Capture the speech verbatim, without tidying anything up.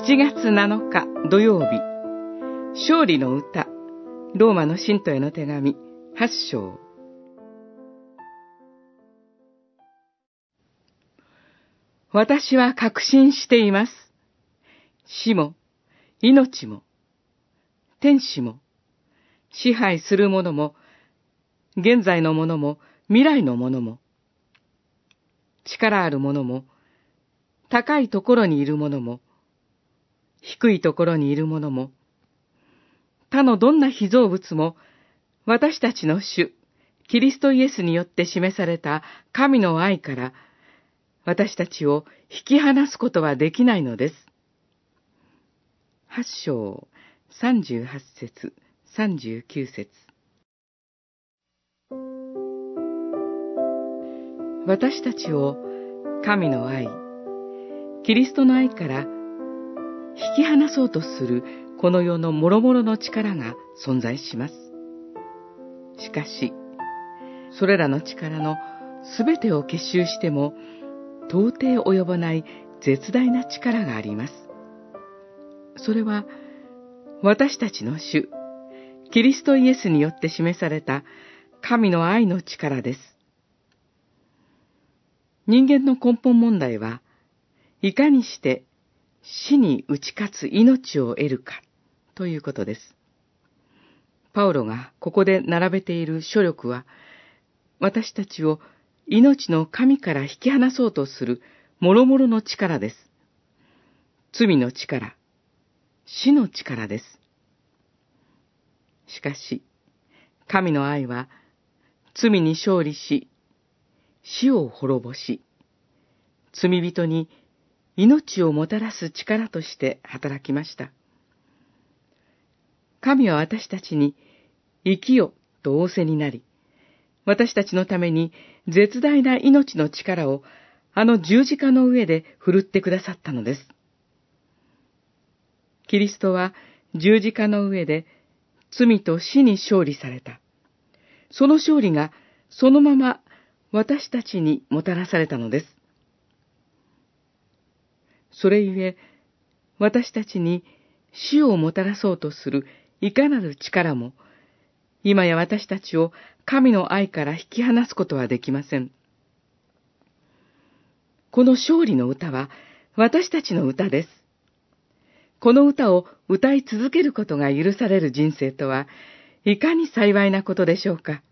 しちがつなのか土曜日、勝利の歌、ローマの信徒への手紙はっ章。私は確信しています。死も、命も、天使も、支配するものも、現在のものも、未来のものも、力あるものも、高いところにいるものも、低いところにいるものも、他のどんな被造物も、私たちの主、キリストイエスによって示された神の愛から、私たちを引き離すことはできないのです。はっ章さんじゅうはち節、さんじゅうきゅう節。私たちを神の愛、キリストの愛から引き離そうとするこの世の諸々の力が存在します。しかし、それらの力のすべてを結集しても、到底及ばない絶大な力があります。それは、私たちの主、キリストイエスによって示された神の愛の力です。人間の根本問題は、いかにして死に打ち勝つ命を得るかということです。パウロがここで並べている書力は、私たちを命の神から引き離そうとする諸々の力です。罪の力、死の力です。しかし、神の愛は罪に勝利し、死を滅ぼし、罪人に命をもたらす力として働きました。神は私たちに生きよと仰せになり、私たちのために絶大な命の力をあの十字架の上で振るってくださったのです。キリストは十字架の上で罪と死に勝利された。その勝利がそのまま私たちにもたらされたのです。それゆえ、私たちに死をもたらそうとするいかなる力も、今や私たちを神の愛から引き離すことはできません。この勝利の歌は私たちの歌です。この歌を歌い続けることが許される人生とは、いかに幸いなことでしょうか。